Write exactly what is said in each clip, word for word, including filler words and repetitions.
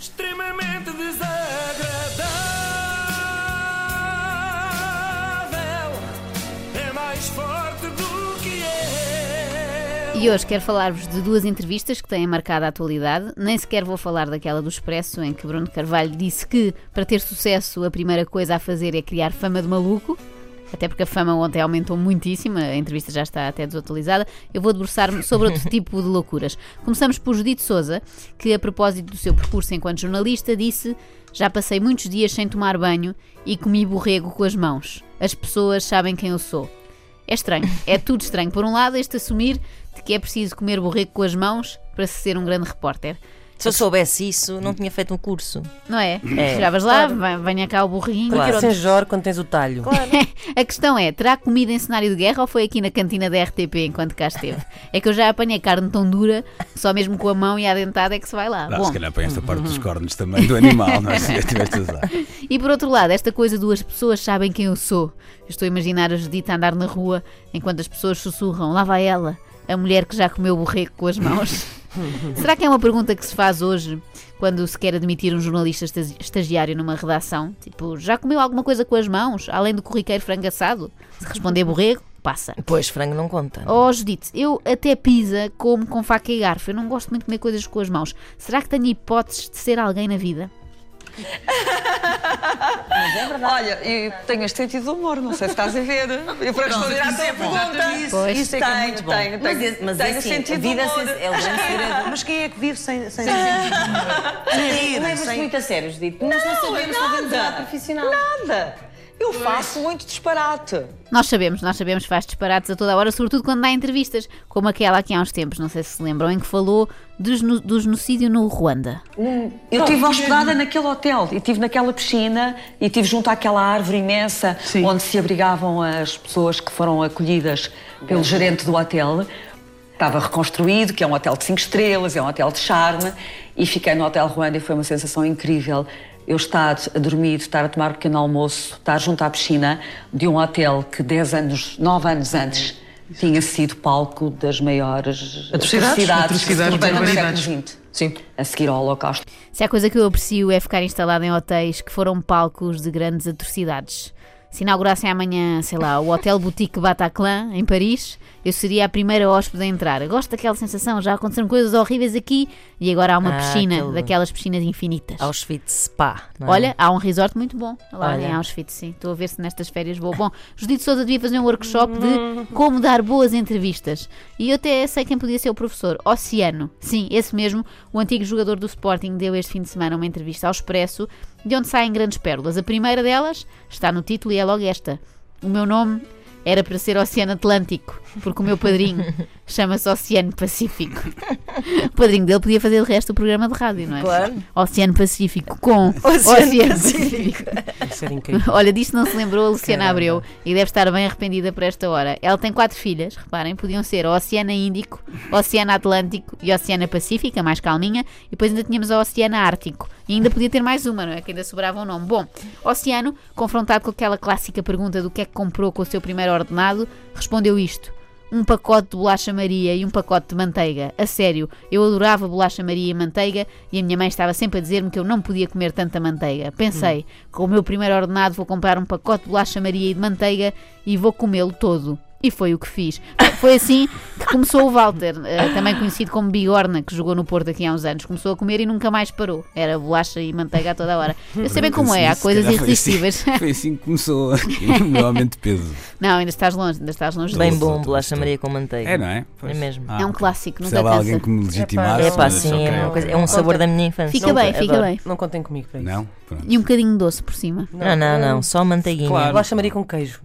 extremamente desagradável. É mais forte do que é. E hoje quero falar-vos de duas entrevistas que têm marcado a atualidade. Nem sequer vou falar daquela do Expresso, em que Bruno Carvalho disse que, para ter sucesso, a primeira coisa a fazer é criar fama de maluco. Até porque a fama ontem aumentou muitíssimo, a entrevista já está até desatualizada. Eu vou debruçar-me sobre outro tipo de loucuras. Começamos por Judite Souza, que a propósito do seu percurso enquanto jornalista disse: já passei muitos dias sem tomar banho e comi borrego com as mãos. As pessoas sabem quem eu sou. É estranho, é tudo estranho. Por um lado, este assumir de que é preciso comer borrego com as mãos para se ser um grande repórter. Se eu soubesse isso, não tinha feito um curso. Não é? É. Chegavas lá, claro. Venha cá o borreguinho. Claro. Porque é sem jor quando tens o talho. Claro. A questão é, terá comido em cenário de guerra ou foi aqui na cantina da R T P enquanto cá esteve? É que eu já apanhei carne tão dura que só mesmo com a mão e a dentada é que se vai lá. Não, Bom, se calhar põe esta parte dos cornos também do animal, não é? Se tiveste a usar. e por outro lado, esta coisa do as pessoas sabem quem eu sou. Eu estou a imaginar a Judite a andar na rua enquanto as pessoas sussurram: lá vai ela, a mulher que já comeu borrego com as mãos. Será que é uma pergunta que se faz hoje quando se quer admitir um jornalista estagiário numa redação? Tipo, já comeu alguma coisa com as mãos, além do corriqueiro frango assado? Se responder borrego, passa. Pois, frango não conta. Oh, Judite, eu até pizza como com faca e garfo. Eu não gosto muito de comer coisas com as mãos. Será que tenho hipóteses de ser alguém na vida? Mas é verdade. Olha, eu tenho este sentido de humor, não sei se estás a ver. Eu para responder à tua pergunta. Isso, Pois. isso é que é Tenho, muito bom. tenho, Mas, tenho, mas tenho assim, sentido a vida de humor. é o grande segredo. Mas quem é que vive sem, sem, sem sentido de humor? Sem rir, Levas-te sem... muito a sério, Judite. Nós não sabemos, não vemos nada profissional. Nada. Eu faço muito disparate. Nós sabemos, nós sabemos que faz disparates a toda a hora, sobretudo quando dá entrevistas, como aquela aqui há uns tempos, não sei se se lembram, em que falou do, geno- do genocídio no Ruanda. Eu estive hospedada naquele hotel e estive naquela piscina e estive junto àquela árvore imensa. Sim. Onde se abrigavam as pessoas que foram acolhidas pelo gerente do hotel. Estava reconstruído, que é um hotel de cinco estrelas, é um hotel de charme, e fiquei no Hotel Ruanda e foi uma sensação incrível. Eu estar a dormir, estar a tomar um pequeno almoço, estar junto à piscina de um hotel que dez anos, nove anos antes tinha sido palco das maiores Atrocidades? Atrocidades, que se cometeram no século barbaridades. vinte, Sim. a seguir ao Holocausto. Se há coisa que eu aprecio é ficar instalado em hotéis que foram palcos de grandes atrocidades. Se inaugurassem amanhã, sei lá, o Hotel Boutique Bataclan, em Paris, eu seria a primeira hóspede a entrar. Eu gosto daquela sensação, já aconteceram coisas horríveis aqui e agora há uma Ah, piscina, aquele- daquelas piscinas infinitas. Auschwitz Spa. Não é? Olha, há um resort muito bom lá Olha. em Auschwitz, sim. Estou a ver se nestas férias vou. Bom, Judite Souza devia fazer um workshop de como dar boas entrevistas. E eu até sei quem podia ser o professor. Oceano. Sim, esse mesmo. O antigo jogador do Sporting deu este fim de semana uma entrevista ao Expresso, de onde saem grandes pérolas. A primeira delas está no título e é logo esta. O meu nome era para ser Oceano Atlântico, porque o meu padrinho chama-se Oceano Pacífico. O padrinho dele podia fazer o resto do programa de rádio, não é? Claro. Oceano Pacífico com Oceano Oceano, Pacífico. Pacífico. Isso era incrível. Olha, disto não se lembrou a Luciana Caramba. Abreu e deve estar bem arrependida por esta hora. Ela tem quatro filhas, reparem, podiam ser a Oceana Índico, Oceano Atlântico e Oceana Pacífica, mais calminha, e depois ainda tínhamos a Oceana Ártico. E ainda podia ter mais uma, não é? Que ainda sobrava um nome. Bom, Oceano, confrontado com aquela clássica pergunta do que é que comprou com o seu primeiro ordenado, respondeu isto: um pacote de bolacha Maria e um pacote de manteiga. A sério, eu adorava bolacha Maria e manteiga e a minha mãe estava sempre a dizer-me que eu não podia comer tanta manteiga. Pensei, com o meu primeiro ordenado vou comprar um pacote de bolacha Maria e de manteiga e vou comê-lo todo. E foi o que fiz. Foi assim que começou o Walter, eh, também conhecido como Bigorna, que jogou no Porto aqui há uns anos. Começou a comer e nunca mais parou. Era bolacha e manteiga a toda a hora. Eu sei bem como é, há Se coisas calhar foi assim- irresistíveis. Foi assim que começou o meu aumento de peso. Não, ainda estás longe, ainda estás longe. Bem disso. bom, Estou, bolacha estou. Maria com manteiga. É, não é? Pois. É mesmo. Ah, É um ok. clássico, nunca Precisava cansa. alguém que me legitimasse. É pá, mas sim, ok, é, uma ok. coisa- é um sabor da minha infância. Fica bem, Adoro. fica bem. Não contem comigo para isso. Não? Pronto. E um bocadinho doce por cima. Não, não, não, só manteiguinha. Claro. Bolacha Maria com queijo.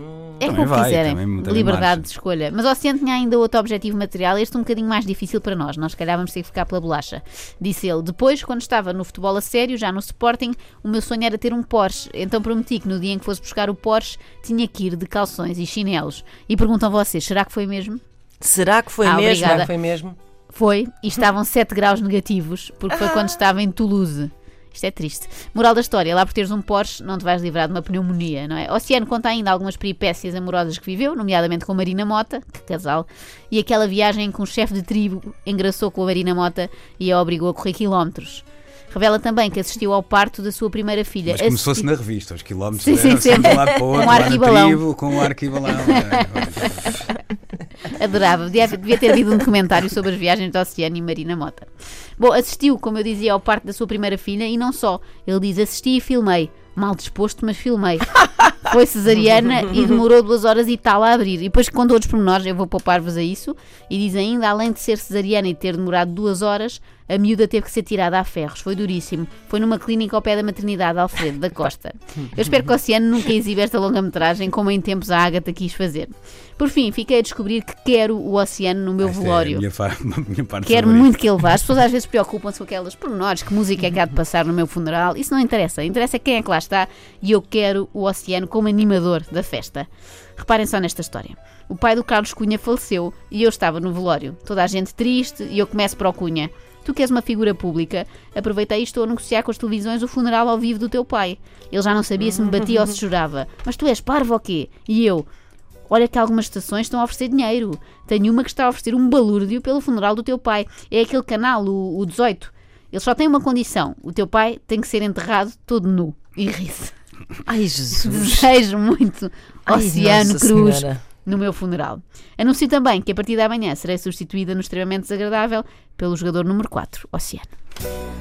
É Também como vai, quiserem, também- também liberdade marcha. de escolha. Mas o Oceano tinha ainda outro objetivo material, este um bocadinho mais difícil para nós. Nós, se calhar, vamos ter que ficar pela bolacha. Disse ele: depois, quando estava no futebol a sério, já no Sporting, o meu sonho era ter um Porsche. Então prometi que no dia em que fosse buscar o Porsche, tinha que ir de calções e chinelos. E perguntam vocês, será que foi mesmo? Será que foi Ah, mesmo? obrigada. Não foi mesmo? Foi, e estavam sete graus negativos, porque foi quando estava em Toulouse. Isto é triste. Moral da história, lá por teres um Porsche não te vais livrar de uma pneumonia, não é? Oceano conta ainda algumas peripécias amorosas que viveu, nomeadamente com Marina Mota, que casal, e aquela viagem em que um chefe de tribo engraçou com a Marina Mota e a obrigou a correr quilómetros. Revela também que assistiu ao parto da sua primeira filha. Mas como se fosse Assisti- na revista, os quilómetros Sim, sim, eram sempre sempre. de um lado para o outro, Com lá arco e na balão. tribo, com o arco e balão. Adorava, devia, devia ter havido um documentário sobre as viagens do Oceano e Marina Mota. Bom, assistiu, como eu dizia, ao parto da sua primeira filha e não só. Ele diz: assisti e filmei. Mal disposto, mas filmei. Foi cesariana e demorou duas horas e tal a abrir. E depois contou outros pormenores, eu vou poupar-vos a isso. E diz ainda, além de ser cesariana e ter demorado duas horas, a miúda teve que ser tirada a ferros. Foi duríssimo. Foi numa clínica ao pé da maternidade Alfredo da Costa. Eu espero que o Oceano nunca exiba esta longa-metragem, como em tempos a Ágata quis fazer. Por fim, fiquei a descobrir que quero o Oceano no meu Esta é a velório. minha, fa- a minha parte Quero favorita. muito que ele vá. As pessoas às vezes preocupam-se com aquelas pormenores, que música é que há de passar no meu funeral. Isso não interessa. Interessa quem é que lá está e eu quero o Oceano como animador da festa. Reparem só nesta história. O pai do Carlos Cunha faleceu e eu estava no velório. Toda a gente triste e eu começo para o Cunha. Tu que és uma figura pública, aproveitei e estou a negociar com as televisões o funeral ao vivo do teu pai. Ele já não sabia se me batia ou se chorava. Mas tu és parvo ou quê? E eu... Olha que algumas estações estão a oferecer dinheiro. Tenho uma que está a oferecer um balúrdio pelo funeral do teu pai. É aquele canal, o, o dezoito. Ele só tem uma condição. O teu pai tem que ser enterrado todo nu. E ri-se. Ai, Jesus. Desejo muito Ai, Oceano Nossa Cruz Senhora. no meu funeral. Anuncio também que a partir da manhã serei substituída no Extremamente Desagradável pelo jogador número quatro, Oceano.